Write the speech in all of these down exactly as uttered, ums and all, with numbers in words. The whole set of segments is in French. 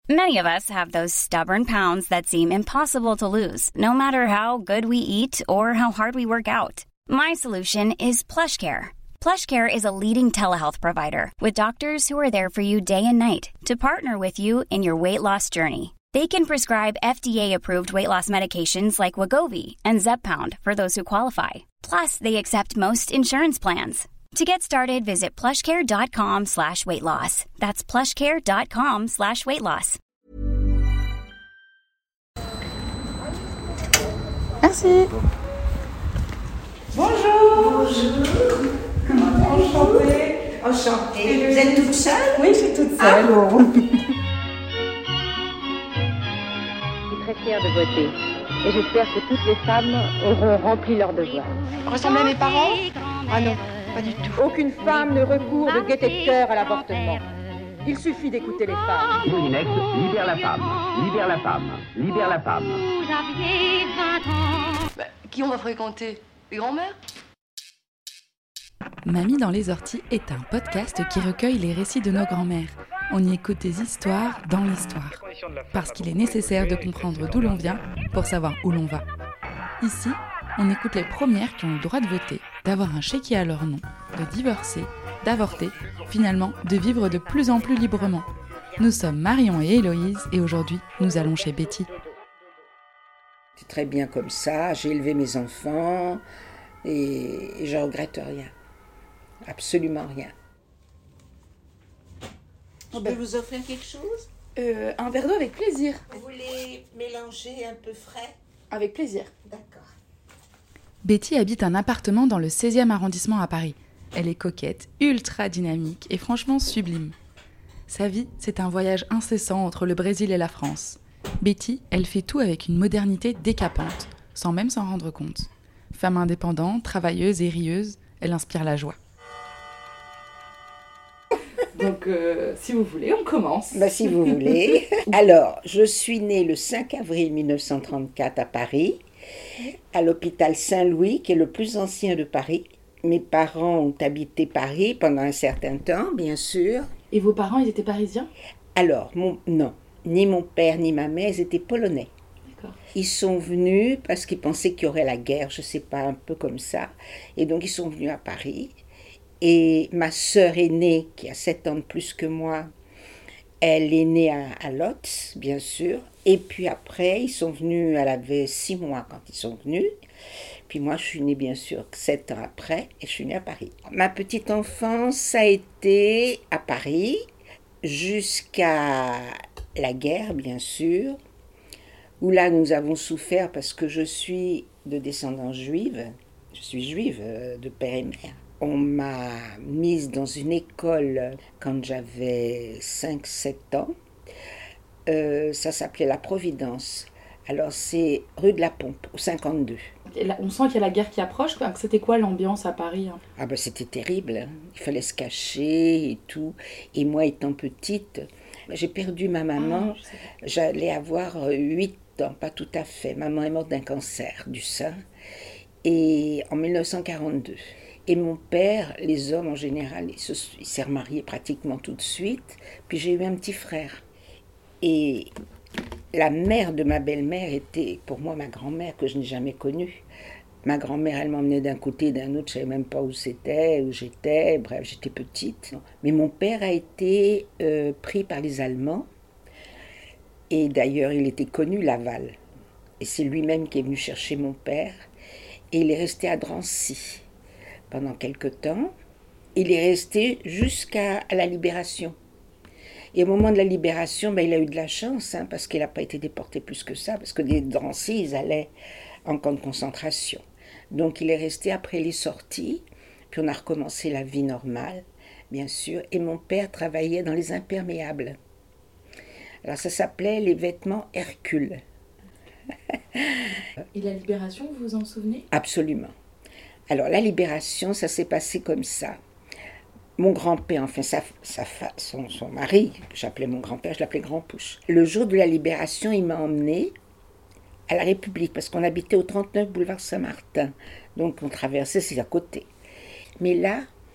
Many of us have those stubborn pounds that seem impossible to lose, no matter how good we eat or how hard we work out. My solution is PlushCare. PlushCare is a leading telehealth provider with doctors who are there for you day and night to partner with you in your weight loss journey. They can prescribe F D A-approved weight loss medications like Wegovy and Zepbound for those who qualify. Plus, they accept most insurance plans. To get started, visit plushcare.com slash weight loss. That's plushcare.com slash weight loss. Merci. Bonjour. Bonjour. Enchantée. Enchantée. Vous êtes toute seule? Oui, je suis toute seule. Ah bon. Je suis très fière de voter. Et j'espère que toutes les femmes auront rempli leur devoir. Ressemblez à mes parents? Ah non. Pas du tout. Aucune femme ne recourt de gaieté de cœur à l'avortement. Il suffit d'écouter les femmes. Moulinex, libère la femme, libère la femme, libère la femme. Vous aviez vingt ans. Bah, qui on va fréquenter? Les grands-mères? Mamie dans les orties est un podcast qui recueille les récits de nos grands-mères. On y écoute des histoires dans l'histoire. Parce qu'il est nécessaire de comprendre d'où l'on vient pour savoir où l'on va. Ici, on écoute les premières qui ont le droit de voter, d'avoir un chéquier à leur nom, de divorcer, d'avorter, finalement de vivre de plus en plus librement. Nous sommes Marion et Héloïse et aujourd'hui, nous allons chez Betty. C'est très bien comme ça, j'ai élevé mes enfants et, et je ne regrette rien. Absolument rien. Je peux vous offrir quelque chose? Euh, un verre d'eau avec plaisir. Vous voulez mélanger un peu frais? Avec plaisir. D'accord. Betty habite un appartement dans le seizième arrondissement à Paris. Elle est coquette, ultra dynamique et franchement sublime. Sa vie, c'est un voyage incessant entre le Brésil et la France. Betty, elle fait tout avec une modernité décapante, sans même s'en rendre compte. Femme indépendante, travailleuse et rieuse, elle inspire la joie. Donc, euh, si vous voulez, on commence. Bah, si vous voulez. Alors, je suis née le cinq avril mille neuf cent trente-quatre à Paris, à l'hôpital Saint-Louis, qui est le plus ancien de Paris. Mes parents ont habité Paris pendant un certain temps, bien sûr. Et vos parents, ils étaient parisiens? Alors, mon, non, ni mon père ni ma mère, ils étaient polonais. D'accord. Ils sont venus parce qu'ils pensaient qu'il y aurait la guerre, je ne sais pas, un peu comme ça. Et donc, ils sont venus à Paris. Et ma sœur aînée, qui a sept ans de plus que moi, elle est née à, à Lotz, bien sûr. Et puis après, ils sont venus, elle avait six mois quand ils sont venus. Puis moi, je suis née, bien sûr, sept ans après, et je suis née à Paris. Ma petite enfance a été à Paris, jusqu'à la guerre, bien sûr, où là, nous avons souffert parce que je suis de descendance juive. Je suis juive de père et mère. On m'a mise dans une école quand j'avais cinq sept ans. Euh, ça s'appelait La Providence. Alors c'est rue de la Pompe, au cinquante-deux. Et là, on sent qu'il y a la guerre qui approche. C'était quoi l'ambiance à Paris, hein? Ah ben c'était terrible, hein. Il fallait se cacher et tout. Et moi étant petite, j'ai perdu ma maman. Ah, j'allais avoir huit ans, pas tout à fait. Maman est morte d'un cancer du sein. Et en mille neuf cent quarante-deux. Et mon père, les hommes en général, il, se, il s'est remarié pratiquement tout de suite. Puis j'ai eu un petit frère. Et la mère de ma belle-mère était pour moi ma grand-mère que je n'ai jamais connue. Ma grand-mère, elle m'emmenait d'un côté et d'un autre, je ne savais même pas où c'était, où j'étais, bref, j'étais petite. Mais mon père a été euh, pris par les Allemands. Et d'ailleurs, il était connu, Laval. Et c'est lui-même qui est venu chercher mon père. Et il est resté à Drancy pendant quelque temps. Il est resté jusqu'à la libération. Et au moment de la libération, ben, il a eu de la chance, hein, parce qu'il n'a pas été déporté plus que ça, parce que les Drancy, ils allaient en camp de concentration. Donc il est resté après les sorties, puis on a recommencé la vie normale, bien sûr, et mon père travaillait dans les imperméables. Alors ça s'appelait les vêtements Hercule. Et la libération, vous vous en souvenez? Absolument. Alors la libération, ça s'est passé comme ça. Mon grand-père, enfin sa, sa, son, son mari, que j'appelais mon grand-père, je l'appelais Grand-Pouche. Le jour de la libération, il m'a emmenée à la République, parce qu'on habitait au trente-neuf boulevard Saint-Martin. Donc on traversait, c'est à côté. Mais là,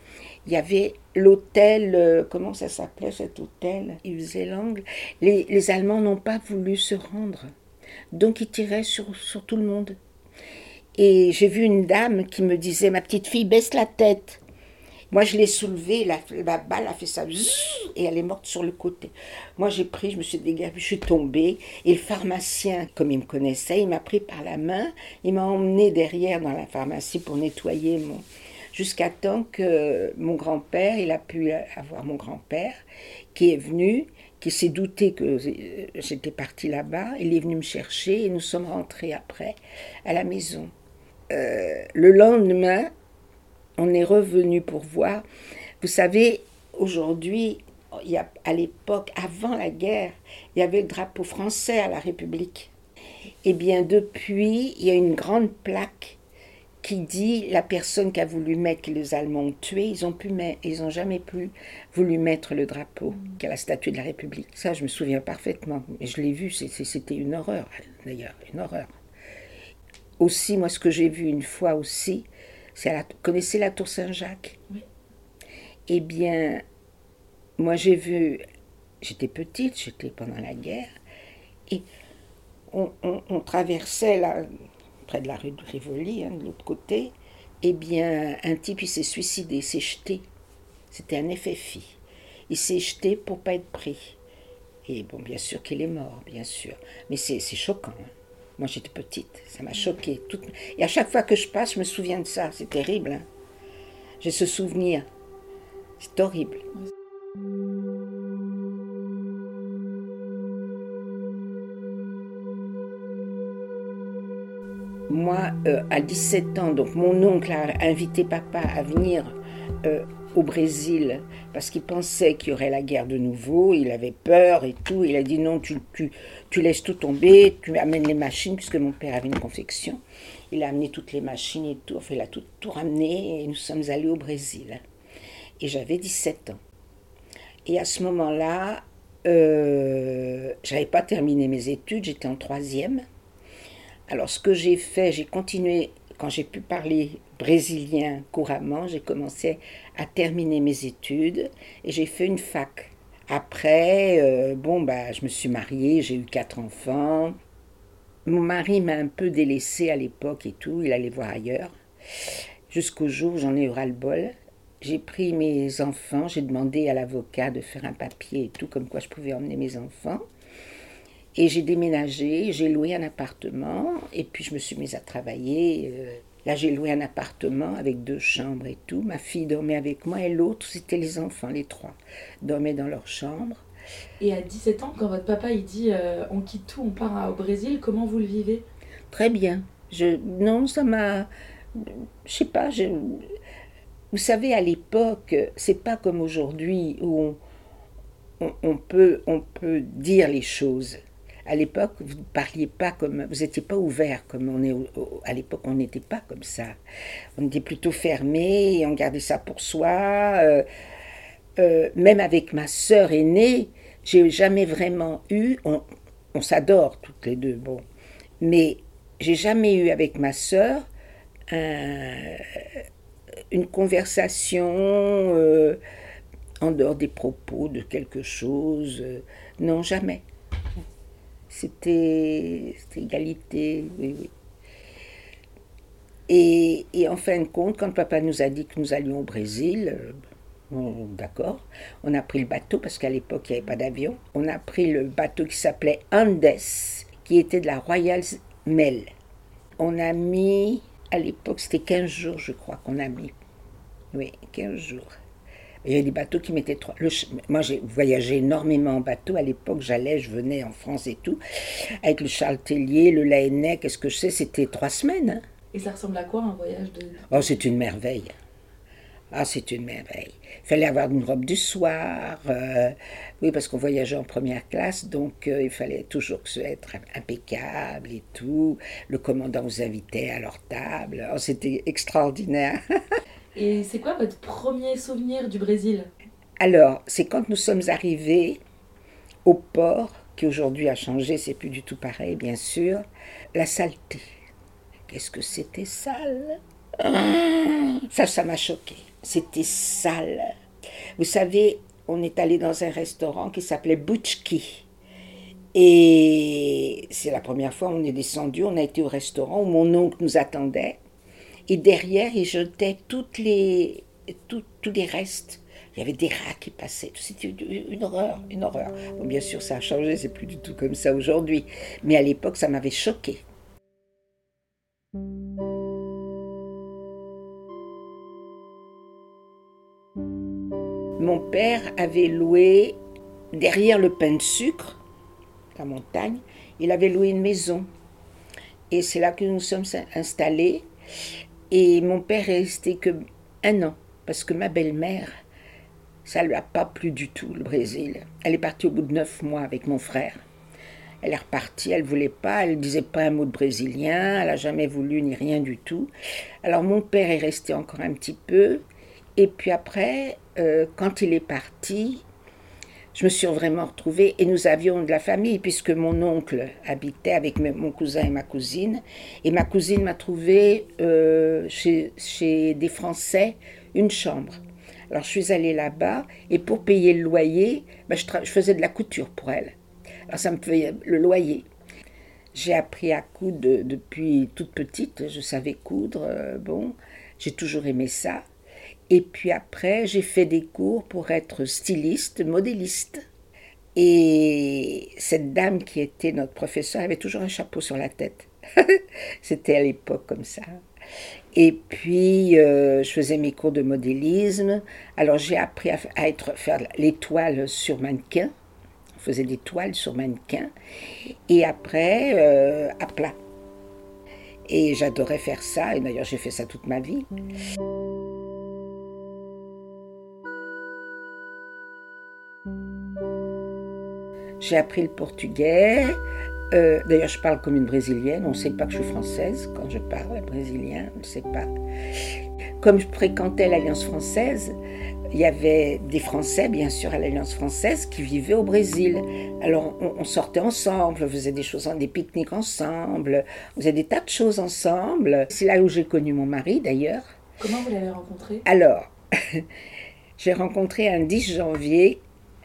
il y avait l'hôtel, euh, comment ça s'appelait cet hôtel? Ils faisaient l'angle. Les, les Allemands n'ont pas voulu se rendre. Donc ils tiraient sur, sur tout le monde. Et j'ai vu une dame qui me disait, ma petite fille, baisse la tête. Moi, je l'ai soulevée, la, la balle a fait ça, et elle est morte sur le côté. Moi, j'ai pris, je me suis dégagée, je suis tombée, et le pharmacien, comme il me connaissait, il m'a pris par la main, il m'a emmenée derrière dans la pharmacie pour nettoyer mon... Jusqu'à temps que mon grand-père, il a pu avoir mon grand-père, qui est venu, qui s'est douté que j'étais partie là-bas, il est venu me chercher, et nous sommes rentrés après à la maison. Euh, le lendemain, on est revenu pour voir. Vous savez, aujourd'hui, il y a, à l'époque, avant la guerre, il y avait le drapeau français à la République. Eh bien, depuis, il y a une grande plaque qui dit la personne qui a voulu mettre, que les Allemands ont tué, ils ont pu mettre, ils n'ont jamais plus voulu mettre le drapeau, qui est la statue de la République. Ça, je me souviens parfaitement. Et je l'ai vu, c'est, c'est, c'était une horreur, d'ailleurs, une horreur. Aussi, moi, ce que j'ai vu une fois aussi, c'est à la, vous connaissez la tour Saint-Jacques? Oui. Eh bien, moi j'ai vu, j'étais petite, j'étais pendant la guerre, et on, on, on traversait là, près de la rue de Rivoli, hein, de l'autre côté, eh bien, un type, il s'est suicidé, il s'est jeté. C'était un F F I. Il s'est jeté pour ne pas être pris. Et bon, bien sûr qu'il est mort, bien sûr. Mais c'est, c'est choquant, hein. Moi, j'étais petite, ça m'a choquée. Toute... Et à chaque fois que je passe, je me souviens de ça. C'est terrible. Hein. J'ai ce souvenir. C'est horrible. Moi, euh, à dix-sept ans, donc mon oncle a invité papa à venir euh, au Brésil parce qu'il pensait qu'il y aurait la guerre de nouveau. Il avait peur et tout. Il a dit non, tu, tu, tu laisses tout tomber, tu amènes les machines, puisque mon père avait une confection. Il a amené toutes les machines et tout. Enfin, il a tout, tout ramené et nous sommes allés au Brésil. Et j'avais dix-sept ans. Et à ce moment-là, euh, je n'avais pas terminé mes études, j'étais en troisième. Alors, ce que j'ai fait, j'ai continué, quand j'ai pu parler brésilien couramment, j'ai commencé à terminer mes études et j'ai fait une fac. Après, euh, bon, bah, je me suis mariée, j'ai eu quatre enfants. Mon mari m'a un peu délaissée à l'époque et tout, il allait voir ailleurs. Jusqu'au jour où j'en ai eu ras-le-bol. J'ai pris mes enfants, j'ai demandé à l'avocat de faire un papier et tout, comme quoi je pouvais emmener mes enfants. Et j'ai déménagé, j'ai loué un appartement, et puis je me suis mise à travailler. Là, j'ai loué un appartement avec deux chambres et tout. Ma fille dormait avec moi, et l'autre, c'était les enfants, les trois, dormaient dans leur chambre. Et à dix-sept ans, quand votre papa il dit euh, on quitte tout, on part au Brésil, comment vous le vivez? Très bien. Je, non, ça m'a... Je sais pas, je, vous savez, à l'époque, c'est pas comme aujourd'hui où on, on, on, peut, on peut dire les choses. À l'époque, vous ne parliez pas comme... Vous n'étiez pas ouvert comme on est... Au, à l'époque, on n'était pas comme ça. On était plutôt fermé et on gardait ça pour soi. Euh, euh, même avec ma sœur aînée, j'ai jamais vraiment eu... On, on s'adore toutes les deux, bon. Mais j'ai jamais eu avec ma sœur un, une conversation euh, en dehors des propos de quelque chose. Euh, non, jamais. C'était, c'était égalité, oui, oui. Et, et en fin de compte, quand papa nous a dit que nous allions au Brésil, euh, bon, d'accord, on a pris le bateau, parce qu'à l'époque, il n'y avait pas d'avion. On a pris le bateau qui s'appelait Andes, qui était de la Royal Mail. On a mis, à l'époque, c'était quinze jours, je crois, qu'on a mis. Oui, quinze jours. Il y avait des bateaux qui mettaient trois... Le, moi, j'ai voyagé énormément en bateau. À l'époque, j'allais, je venais en France et tout. Avec le Charles Tellier, le Laennec, qu'est-ce que je sais, c'était trois semaines. Hein. Et ça ressemble à quoi, un voyage de... Oh, c'est une merveille. Ah, c'est une merveille. Il fallait avoir une robe du soir. Euh, oui, parce qu'on voyageait en première classe, donc euh, il fallait toujours que ce soit être impeccable et tout. Le commandant vous invitait à leur table. Oh, c'était extraordinaire. Et c'est quoi votre premier souvenir du Brésil? Alors, c'est quand nous sommes arrivés au port, qui aujourd'hui a changé, c'est plus du tout pareil, bien sûr, la saleté. Qu'est-ce que c'était sale! Ça, ça m'a choquée. C'était sale. Vous savez, on est allé dans un restaurant qui s'appelait Butchki. Et c'est la première fois où on est descendu, on a été au restaurant où mon oncle nous attendait. Et derrière, il jetait toutes les, tout, tous les restes. Il y avait des rats qui passaient. C'était une horreur, une horreur. Bon, bien sûr, ça a changé, c'est plus du tout comme ça aujourd'hui. Mais à l'époque, ça m'avait choquée. Mon père avait loué, derrière le pain de sucre, la montagne, il avait loué une maison. Et c'est là que nous sommes installés. Et mon père est resté que un an, parce que ma belle-mère, ça ne lui a pas plu du tout, le Brésil. Elle est partie au bout de neuf mois avec mon frère. Elle est repartie, elle ne voulait pas, elle ne disait pas un mot de brésilien, elle n'a jamais voulu ni rien du tout. Alors mon père est resté encore un petit peu. Et puis après, euh, quand il est parti, je me suis vraiment retrouvée, et nous avions de la famille, puisque mon oncle habitait avec mon cousin et ma cousine, et ma cousine m'a trouvé euh, chez, chez des Français une chambre. Alors je suis allée là-bas, et pour payer le loyer, ben, je, tra- je faisais de la couture pour elle. Alors ça me payait le loyer. J'ai appris à coudre de, depuis toute petite, je savais coudre, euh, bon, j'ai toujours aimé ça. Et puis après, j'ai fait des cours pour être styliste, modéliste. Et cette dame qui était notre professeure avait toujours un chapeau sur la tête. C'était à l'époque comme ça. Et puis, euh, je faisais mes cours de modélisme. Alors, j'ai appris à, à être, faire les toiles sur mannequin. On faisait des toiles sur mannequin. Et après, euh, à plat. Et j'adorais faire ça. Et d'ailleurs, j'ai fait ça toute ma vie. J'ai appris le portugais. Euh, d'ailleurs, je parle comme une brésilienne. On ne sait pas que je suis française quand je parle brésilien. On ne sait pas. Comme je fréquentais l'Alliance française, il y avait des Français, bien sûr, à l'Alliance française qui vivaient au Brésil. Alors, on, on sortait ensemble, on faisait des choses, des pique-niques ensemble, on faisait des tas de choses ensemble. C'est là où j'ai connu mon mari, d'ailleurs. Comment vous l'avez rencontré ? Alors, j'ai rencontré un dix janvier.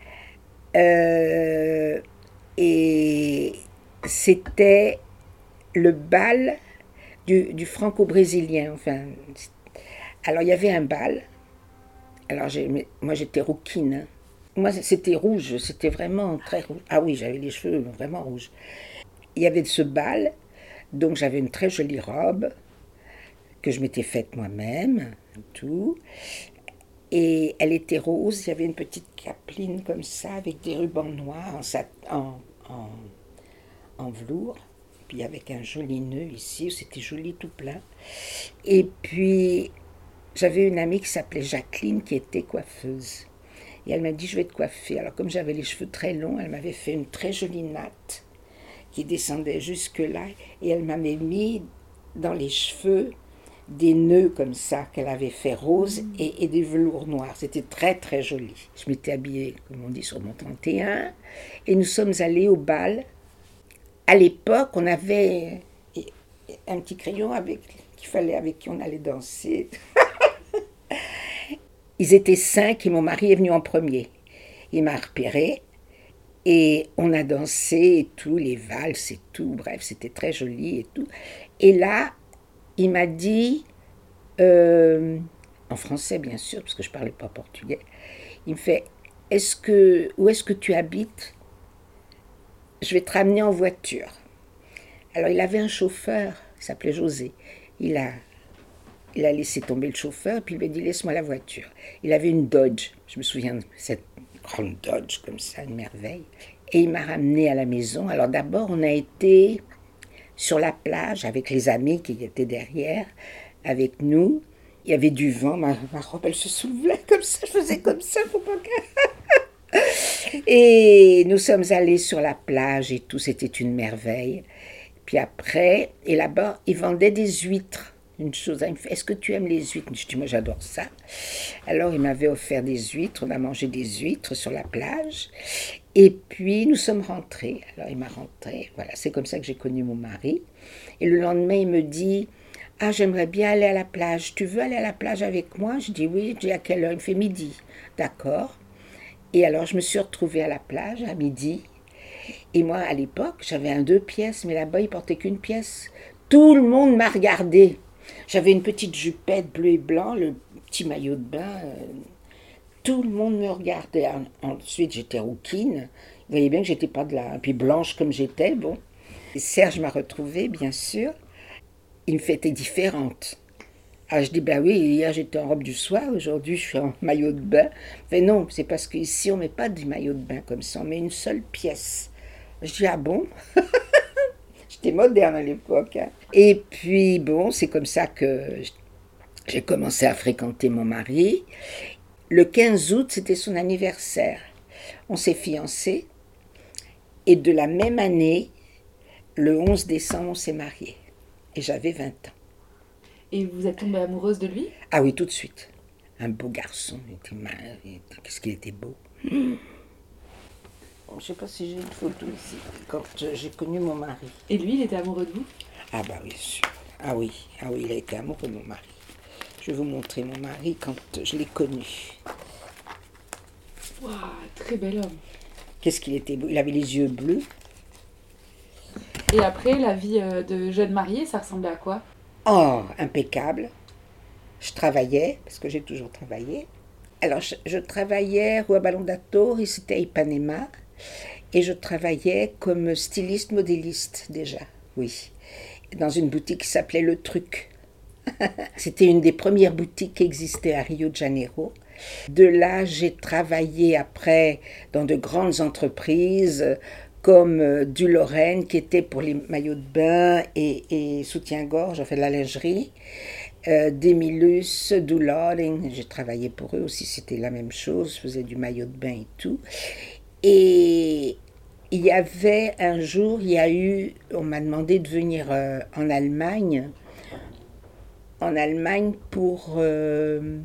Euh, et c'était le bal du, du franco-brésilien. Enfin, alors, il y avait un bal. Alors, j'ai, moi, j'étais rouquine. Moi, c'était rouge. C'était vraiment très rouge. Ah oui, j'avais les cheveux vraiment rouges. Il y avait ce bal. Donc, j'avais une très jolie robe que je m'étais faite moi-même. Tout. Et elle était rose, il y avait une petite capeline comme ça, avec des rubans noirs en, sat- en, en, en velours, puis avec un joli nœud ici, c'était joli tout plein. Et puis, j'avais une amie qui s'appelait Jacqueline, qui était coiffeuse. Et elle m'a dit, je vais te coiffer. Alors, comme j'avais les cheveux très longs, elle m'avait fait une très jolie natte qui descendait jusque-là, et elle m'avait mis dans les cheveux des nœuds comme ça qu'elle avait fait rose et, et des velours noirs. C'était très très joli. Je m'étais habillée, comme on dit, sur mon trente et un et nous sommes allés au bal. À l'époque, on avait un petit crayon avec, qu'il fallait, avec qui on allait danser. Ils étaient cinq et mon mari est venu en premier. Il m'a repéré et on a dansé et tout, les valses et tout. Bref, c'était très joli et tout. Et là, il m'a dit, euh, en français bien sûr, parce que je ne parlais pas portugais, il me fait, est-ce que, où est-ce que tu habites ? Je vais te ramener en voiture. Alors il avait un chauffeur, il s'appelait José. Il a, il a laissé tomber le chauffeur, puis il lui a dit, laisse-moi la voiture. Il avait une Dodge, je me souviens de cette grande Dodge comme ça, une merveille. Et il m'a ramené à la maison. Alors d'abord, on a été sur la plage avec les amis qui étaient derrière, avec nous. Il y avait du vent, ma, ma robe elle se soulevait comme ça, je faisais comme ça, faut pas que... Et nous sommes allés sur la plage et tout, c'était une merveille. Puis après, et là-bas, ils vendaient des huîtres. Une chose, il me fait, est-ce que tu aimes les huîtres ? Je dis, moi j'adore ça. Alors il m'avait offert des huîtres, on a mangé des huîtres sur la plage. Et puis nous sommes rentrés. Alors il m'a rentré, voilà, c'est comme ça que j'ai connu mon mari. Et le lendemain, il me dit, Ah, j'aimerais bien aller à la plage. Tu veux aller à la plage avec moi? Je dis oui. Je dis à quelle heure? Il me fait midi. D'accord. Et alors, je me suis retrouvée à la plage à midi. Et moi, à l'époque, j'avais un deux pièces, mais là-bas, il portait qu'une pièce. Tout le monde m'a regardée. J'avais une petite jupette bleu et blanc, le petit maillot de bain. Euh, tout le monde me regardait. Ensuite, j'étais rouquine. Vous voyez bien que j'étais pas de là. Et puis blanche comme j'étais, bon. Et Serge m'a retrouvée, bien sûr. Il me fait, t'es différente. Alors je dis, ben oui, hier j'étais en robe du soir, aujourd'hui je suis en maillot de bain. Mais non, c'est parce qu'ici on ne met pas du maillot de bain comme ça, on met une seule pièce. Je dis, ah bon? J'étais moderne à l'époque. Hein. Et puis bon, c'est comme ça que j'ai commencé à fréquenter mon mari. Le quinze août, c'était son anniversaire. On s'est fiancés. Et de la même année, le onze décembre, on s'est mariés. Et j'avais vingt ans. Et vous êtes tombée amoureuse de lui? Ah oui, tout de suite. Un beau garçon. Il était mal. Qu'est-ce qu'il était beau. Mmh. Je ne sais pas si j'ai une photo ici. Quand j'ai connu mon mari. Et lui, il était amoureux de vous? Ah bah oui, sûr. Ah oui, ah oui, il a été amoureux de mon mari. Je vais vous montrer mon mari quand je l'ai connu. Waouh, très bel homme. Qu'est-ce qu'il était beau. Il avait les yeux bleus. Et après, la vie de jeune mariée, ça ressemblait à quoi? Oh, impeccable. Je travaillais, parce que j'ai toujours travaillé. Alors, je, je travaillais Rua Ballon d'Ator, et c'était à Ipanema. Et je travaillais comme styliste modéliste, déjà, oui. Dans une boutique qui s'appelait Le Truc. C'était une des premières boutiques qui existait à Rio de Janeiro. De là, j'ai travaillé après dans de grandes entreprises, comme du Lorraine, qui était pour les maillots de bain et, et soutien-gorge, enfin de la lingerie, euh, Demilus, Douloring, j'ai travaillé pour eux aussi, c'était la même chose, je faisais du maillot de bain et tout. Et il y avait un jour, il y a eu, on m'a demandé de venir euh, en Allemagne, en Allemagne pour, euh,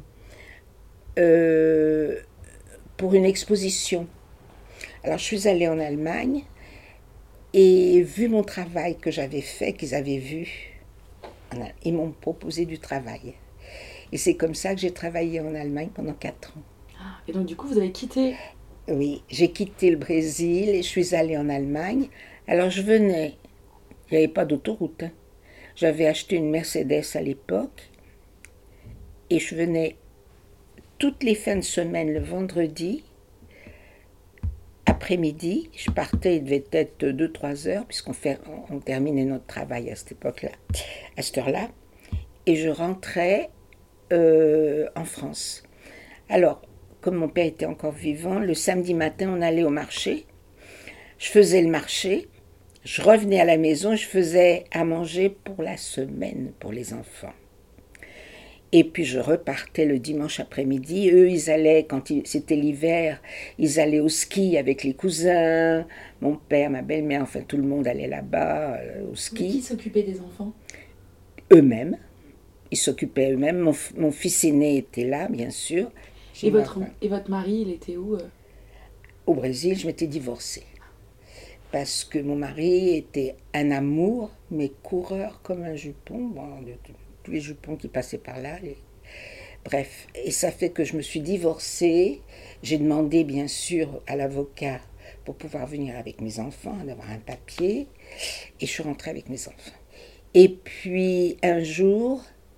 euh, pour une exposition. Alors je suis allée en Allemagne et vu mon travail que j'avais fait, qu'ils avaient vu, ils m'ont proposé du travail. Et c'est comme ça que j'ai travaillé en Allemagne pendant quatre ans. Et donc du coup vous avez quitté? Oui, j'ai quitté le Brésil et je suis allée en Allemagne. Alors je venais, il n'y avait pas d'autoroute. Hein. J'avais acheté une Mercedes à l'époque et je venais toutes les fins de semaine le vendredi. Après-midi, je partais, il devait être deux trois heures, puisqu'on fait, on terminait notre travail à cette époque-là, à cette heure-là, et je rentrais euh, en France. Alors, comme mon père était encore vivant, le samedi matin, on allait au marché, je faisais le marché, je revenais à la maison, je faisais à manger pour la semaine, pour les enfants. Et puis je repartais le dimanche après-midi. Eux, ils allaient, quand il, c'était l'hiver, ils allaient au ski avec les cousins. Mon père, ma belle-mère, enfin tout le monde allait là-bas euh, au ski. Mais qui s'occupait des enfants? Eux-mêmes. Ils s'occupaient eux-mêmes. Mon, mon fils aîné était là, bien sûr. Et votre, et votre mari, il était où? Au Brésil, je m'étais divorcée. Parce que mon mari était un amour, mais coureur comme un jupon. Bon, de, de, tous les jupons qui passaient par là. Les... Bref, et ça fait que je me suis divorcée. J'ai demandé, bien sûr, à l'avocat pour pouvoir venir avec mes enfants, d'avoir un papier. Et je suis rentrée avec mes enfants. Et puis, un jour,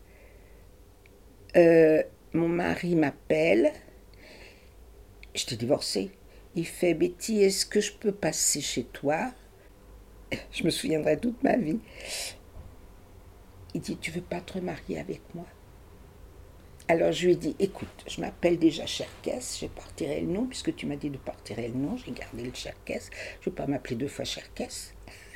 euh, mon mari m'appelle. J'étais divorcée. Il fait, Betty, est-ce que je peux passer chez toi? Je me souviendrai toute ma vie. Il dit, tu veux pas te remarier avec moi? Alors je lui ai dit, écoute, je m'appelle déjà Cherkess, je partirai le nom, puisque tu m'as dit de partirai le nom, j'ai gardé le Cherkess, je ne vais pas m'appeler deux fois Cherkess.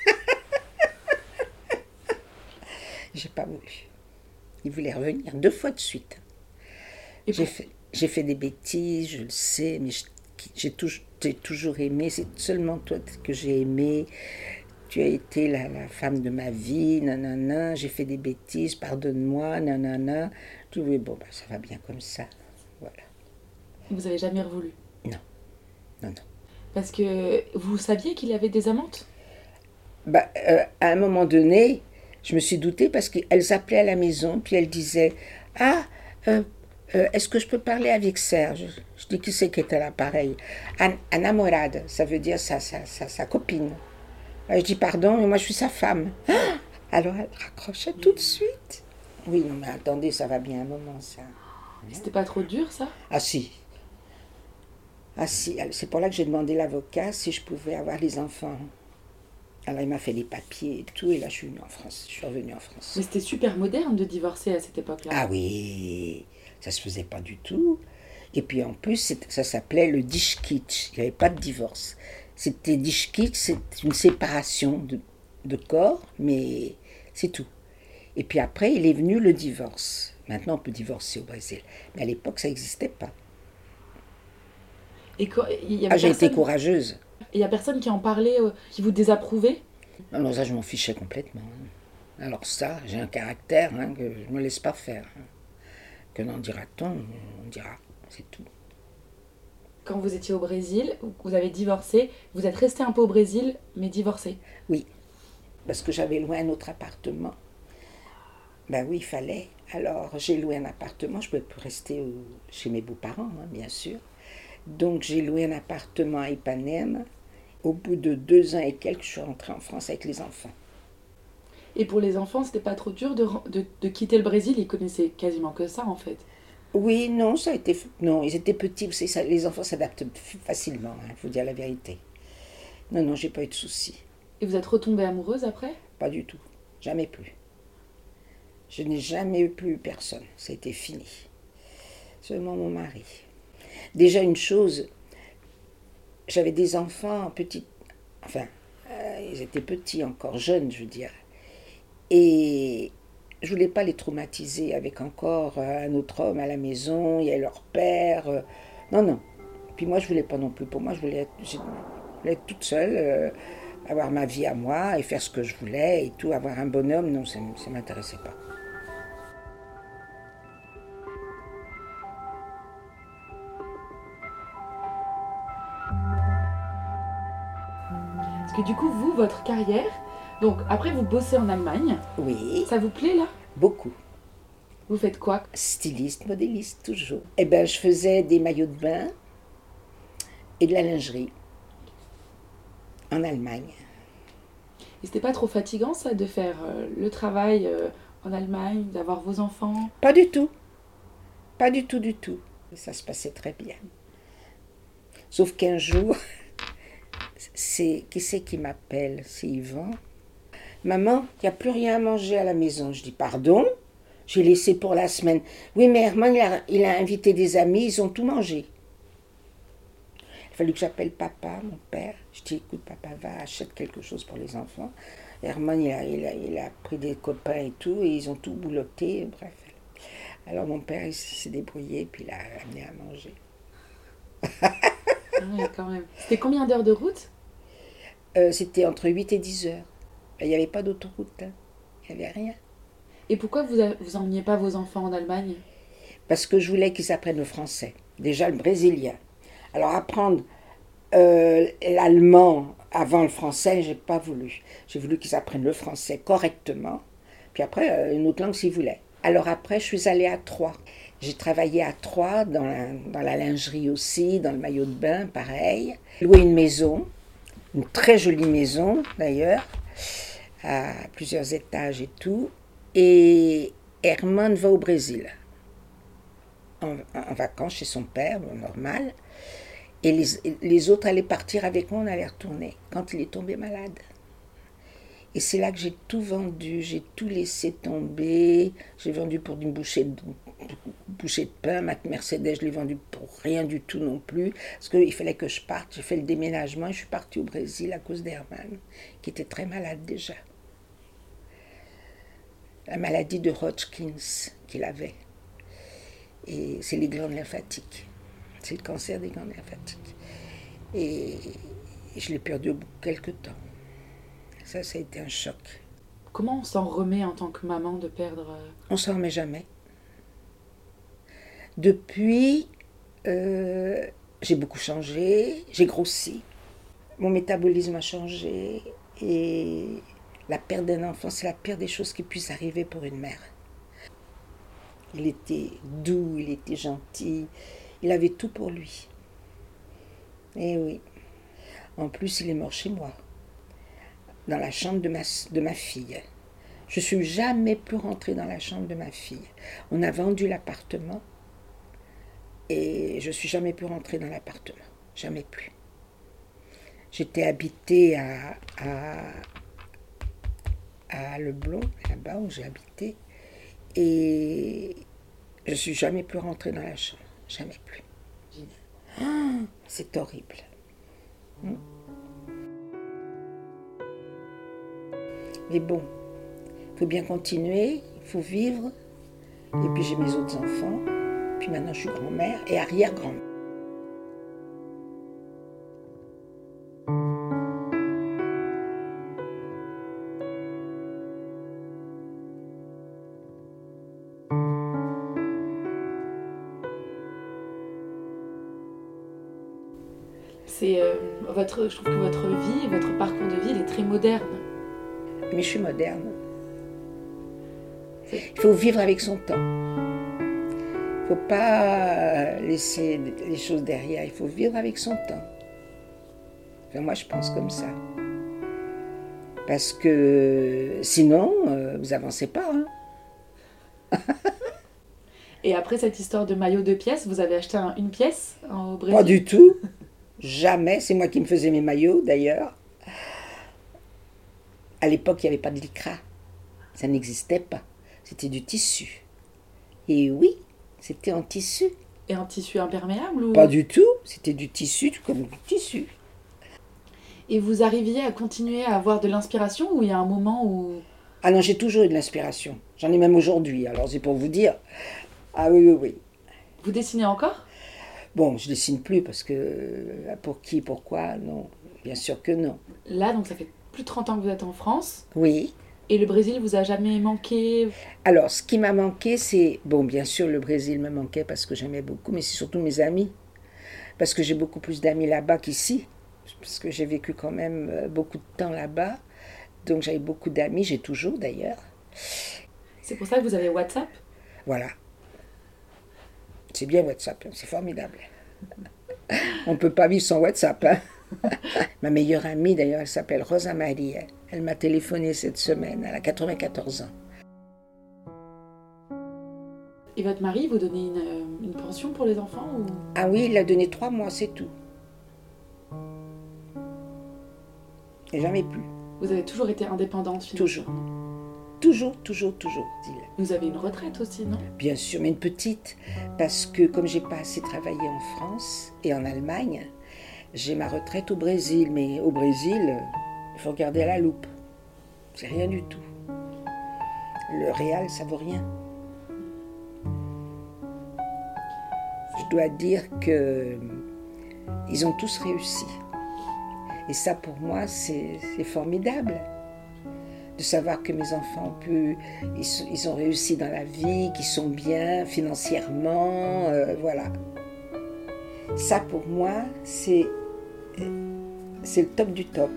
J'ai pas voulu. Il voulait revenir deux fois de suite. Et j'ai, fait, j'ai fait des bêtises, je le sais, mais je, j'ai, toujours, j'ai toujours aimé, c'est seulement toi que j'ai aimé. Tu as été la, la femme de ma vie, nanana, j'ai fait des bêtises, pardonne-moi, nanana. Je dis, oui, bon, ben, ça va bien comme ça, voilà. Vous avez jamais revoulu? Non, non, non. Parce que vous saviez qu'il avait des amantes? Bah, euh, à un moment donné, Je me suis doutée parce qu'elles appelaient à la maison, puis elles disaient « Ah, euh, euh, est-ce que je peux parler avec Serge ?» Je dis « Qui c'est qui était là, pareil ?»« Anamorada, ça veut dire sa, sa, sa, sa copine. » Je dis « Pardon, mais moi je suis sa femme. » Alors elle raccrochait tout de suite. Oui, non, mais attendez, ça va bien un moment, ça. C'était pas trop dur, ça? Ah si. Ah si, c'est pour là que j'ai demandé l'avocat si je pouvais avoir les enfants. Alors il m'a fait les papiers et tout, et là je suis venue en France. Je suis revenue en France. Mais c'était super moderne de divorcer à cette époque-là. Ah oui, ça se faisait pas du tout. Et puis en plus, ça s'appelait le dishkitch. Il n'y avait pas de divorce. C'était dishkitch, c'est une séparation de, de corps, mais c'est tout. Et puis après, il est venu le divorce. Maintenant, on peut divorcer au Brésil. Mais à l'époque, ça n'existait pas. Et quoi, il y avait ah, j'ai personne... été courageuse. Et il n'y a personne qui en parlait, euh, qui vous désapprouvait? Non, non, ça, je m'en fichais complètement. Alors ça, j'ai un caractère hein, que je ne me laisse pas faire. Que n'en dira-t-on? On dira, c'est tout. Quand vous étiez au Brésil, vous avez divorcé, vous êtes resté un peu au Brésil, mais divorcé? Oui, parce que j'avais loué un autre appartement. Ben oui, il fallait. Alors, j'ai loué un appartement, je ne pouvais plus rester chez mes beaux-parents, hein, bien sûr. Donc, j'ai loué un appartement à Ipanema. Au bout de deux ans et quelques, je suis rentrée en France avec les enfants. Et pour les enfants, c'était pas trop dur de, de, de quitter le Brésil? Ils connaissaient quasiment que ça, en fait. Oui, non, ça a été... Non, ils étaient petits, vous savez, ça, les enfants s'adaptent facilement, il hein, faut dire la vérité. Non, non, j'ai pas eu de soucis. Et vous êtes retombée amoureuse après? Pas du tout, jamais plus. Je n'ai jamais eu plus personne, ça a été fini. Seulement mon mari. Déjà une chose, j'avais des enfants petits, enfin, euh, ils étaient petits encore, jeunes, je veux dire. Et je voulais pas les traumatiser avec encore un autre homme à la maison, il y a leur père. Euh, non, non. Puis moi, je voulais pas non plus. Pour moi, je voulais être, je voulais être toute seule, euh, avoir ma vie à moi et faire ce que je voulais et tout. Avoir un bonhomme, non, ça ne m'intéressait pas. Parce que du coup, vous, votre carrière, donc après vous bossez en Allemagne. Oui. Ça vous plaît là? Beaucoup. Vous faites quoi? Styliste, modéliste, toujours. Eh bien, je faisais des maillots de bain et de la lingerie en Allemagne. Et c'était pas trop fatigant ça, de faire euh, le travail euh, en Allemagne, d'avoir vos enfants? Pas du tout. Pas du tout, du tout. Ça se passait très bien. Sauf qu'un jour, c'est qui c'est qui m'appelle? C'est Yvan. Maman, il n'y a plus rien à manger à la maison. Je dis pardon, j'ai laissé pour la semaine. Oui, mais Herman, il a, il a invité des amis, ils ont tout mangé. Il a fallu que j'appelle papa, mon père. Je dis écoute, papa, va, achète quelque chose pour les enfants. Herman, il a, il a, il a pris des copains et tout, et ils ont tout boulotté, bref. Alors mon père, il s'est débrouillé, puis il a amené à manger. Oui, quand même. C'était combien d'heures de route? euh, C'était entre huit et dix heures. Il n'y avait pas d'autoroute, hein. Il n'y avait rien. Et pourquoi vous vous emmeniez pas vos enfants en Allemagne? Parce que je voulais qu'ils apprennent le français. Déjà le brésilien. Alors apprendre euh, l'allemand avant le français, j'ai pas voulu. J'ai voulu qu'ils apprennent le français correctement. Puis après, euh, une autre langue s'ils voulaient. Alors après, je suis allée à Troyes. J'ai travaillé à Troyes, dans la, dans la lingerie aussi, dans le maillot de bain, pareil. Loué une maison, une très jolie maison d'ailleurs, à plusieurs étages et tout. Et Herman va au Brésil, en, en vacances chez son père, normal. Et les, les autres allaient partir avec moi, on allait retourner, quand il est tombé malade. Et c'est là que j'ai tout vendu, j'ai tout laissé tomber. J'ai vendu pour une bouchée de, bouchée de pain, ma Mercedes, je l'ai vendue pour rien du tout non plus. Parce qu'il fallait que je parte, j'ai fait le déménagement et je suis partie au Brésil à cause d'Herman, qui était très malade déjà. La maladie de Hodgkin qu'il avait. Et c'est les glandes lymphatiques. C'est le cancer des glandes lymphatiques. Et, et je l'ai perdu au bout de quelques temps. Ça, ça a été un choc. Comment on s'en remet en tant que maman de perdre... On s'en remet jamais. Depuis, euh, j'ai beaucoup changé, j'ai grossi. Mon métabolisme a changé et La perte d'un enfant, c'est la pire des choses qui puissent arriver pour une mère. Il était doux, il était gentil, il avait tout pour lui. Et oui. En plus, il est mort chez moi, dans la chambre de ma, de ma fille. Je ne suis jamais plus rentrée dans la chambre de ma fille. On a vendu l'appartement et je ne suis jamais plus rentrée dans l'appartement. Jamais plus. J'étais habitée à, à, à Leblon, là-bas où j'ai habité, et je ne suis jamais plus rentrée dans la chambre. Jamais plus. Oh, c'est horrible. Hmm. Mais bon, il faut bien continuer, il faut vivre. Et puis j'ai mes autres enfants. Puis maintenant je suis grand-mère et arrière-grand-mère. C'est euh, votre, je trouve que votre vie, votre parcours de vie, il est très moderne. Mais je suis moderne. Il faut vivre avec son temps. Il ne faut pas laisser les choses derrière. Il faut vivre avec son temps. Enfin, moi, je pense comme ça. Parce que sinon, euh, vous n'avancez pas. Hein. Et après cette histoire de maillot de pièces, vous avez acheté un, une pièce au Brésil? Pas du tout. Jamais. C'est moi qui me faisais mes maillots, d'ailleurs. À l'époque, il n'y avait pas de lycra. Ça n'existait pas. C'était du tissu. Et oui, c'était en tissu. Et en tissu imperméable ou... Pas du tout. C'était du tissu, comme du tissu. Et vous arriviez à continuer à avoir de l'inspiration ou il y a un moment où... Ah non, j'ai toujours eu de l'inspiration. J'en ai même aujourd'hui. Alors c'est pour vous dire... Ah oui, oui, oui. Vous dessinez encore? Bon, je dessine plus parce que... Pour qui, pourquoi? Non. Bien sûr que non. Là, donc ça fait plus de trente ans que vous êtes en France. Oui. Et le Brésil vous a jamais manqué? Alors, ce qui m'a manqué, c'est... Bon, bien sûr, le Brésil me manquait parce que j'aimais beaucoup, mais c'est surtout mes amis. Parce que j'ai beaucoup plus d'amis là-bas qu'ici. Parce que j'ai vécu quand même beaucoup de temps là-bas. Donc, j'avais beaucoup d'amis, j'ai toujours d'ailleurs. C'est pour ça que vous avez WhatsApp? Voilà. C'est bien WhatsApp, c'est formidable. On ne peut pas vivre sans WhatsApp. Hein. Ma meilleure amie, d'ailleurs, elle s'appelle Rosa Maria. Elle m'a téléphoné cette semaine, elle a quatre-vingt-quatorze ans. Et votre mari, vous donnez une, une pension pour les enfants ou... Ah oui, il a donné trois mois, c'est tout. Et jamais plus. Vous avez toujours été indépendante finalement? Toujours. Toujours, toujours, toujours, dit-il. Vous avez une retraite aussi, non? Bien sûr, mais une petite, parce que comme j'ai pas assez travaillé en France et en Allemagne, j'ai ma retraite au Brésil. Mais au Brésil, il faut regarder à la loupe. C'est rien du tout. Le réal, ça vaut rien. Je dois dire que ils ont tous réussi. Et ça, pour moi, c'est, c'est formidable. De savoir que mes enfants ont pu, ils, ils ont réussi dans la vie, qu'ils sont bien financièrement, euh, voilà. Ça, pour moi, c'est, c'est le top du top.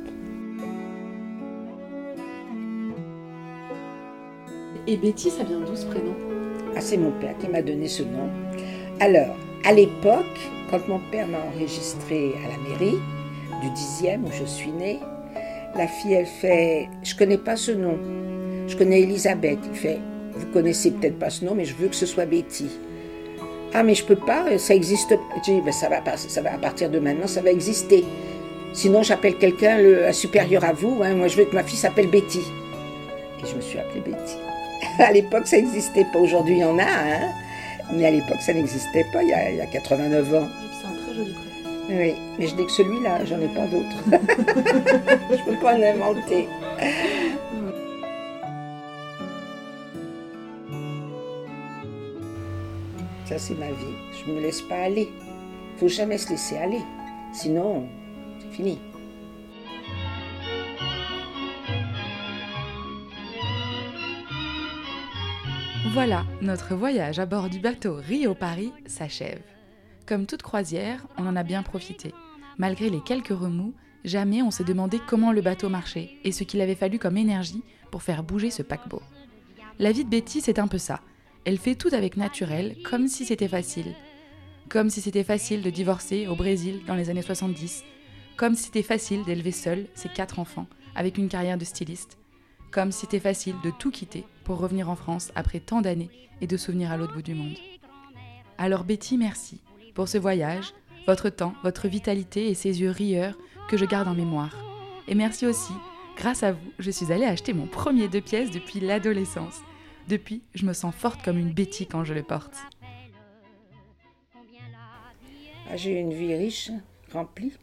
Et Betty, ça vient d'où ce prénom? Ah, c'est mon père qui m'a donné ce nom. Alors, à l'époque, quand mon père m'a enregistrée à la mairie, du dixième où je suis née, la fille, elle fait « Je ne connais pas ce nom. Je connais Elisabeth. » Il fait « Vous connaissez peut-être pas ce nom, mais je veux que ce soit Betty. » « Ah, mais je ne peux pas, ça existe. » Je dis ben, ça, va, ça va, à partir de maintenant, ça va exister. Sinon, j'appelle quelqu'un, le, un supérieur à vous. Hein, moi, je veux que ma fille s'appelle Betty. Et je me suis appelée Betty. À l'époque, ça n'existait pas. Aujourd'hui, il y en a, hein. Mais à l'époque, ça n'existait pas, il y a, il y a quatre-vingt-neuf ans. C'est un très joli prénom. Oui, mais je dis que celui-là, j'en ai pas d'autres. Je ne peux pas en inventer. Ça, c'est ma vie. Je ne me laisse pas aller. Il ne faut jamais se laisser aller. Sinon, c'est fini. Voilà, notre voyage à bord du bateau Rio-Paris s'achève. Comme toute croisière, on en a bien profité. Malgré les quelques remous, Jamais on s'est demandé comment le bateau marchait et ce qu'il avait fallu comme énergie pour faire bouger ce paquebot. La vie de Betty, c'est un peu ça. Elle fait tout avec naturel, comme si c'était facile. Comme si c'était facile de divorcer au Brésil dans les années soixante-dix. Comme si c'était facile d'élever seule ses quatre enfants avec une carrière de styliste. Comme si c'était facile de tout quitter pour revenir en France après tant d'années et de souvenirs à l'autre bout du monde. Alors Betty, merci pour ce voyage, votre temps, votre vitalité et ces yeux rieurs que je garde en mémoire. Et merci aussi, grâce à vous, je suis allée acheter mon premier deux pièces depuis l'adolescence. Depuis, je me sens forte comme une Betty quand je le porte. Ah, j'ai eu une vie riche, remplie.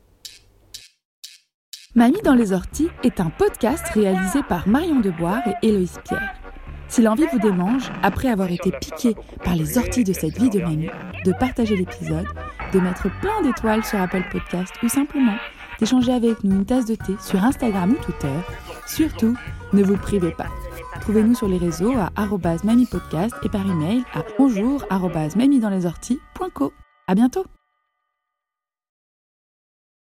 Mamie dans les orties est un podcast réalisé par Marion Deboire et Héloïse Pierre. Si l'envie vous démange, après avoir été piqué par les orties de cette vie de mamie, de partager l'épisode, de mettre plein d'étoiles sur Apple Podcast ou simplement d'échanger avec nous une tasse de thé sur Instagram ou Twitter, surtout, ne vous privez pas. Trouvez-nous sur les réseaux à arobase mamipodcast et par email à bonjour arobase mamie dans les orties point co. À bientôt!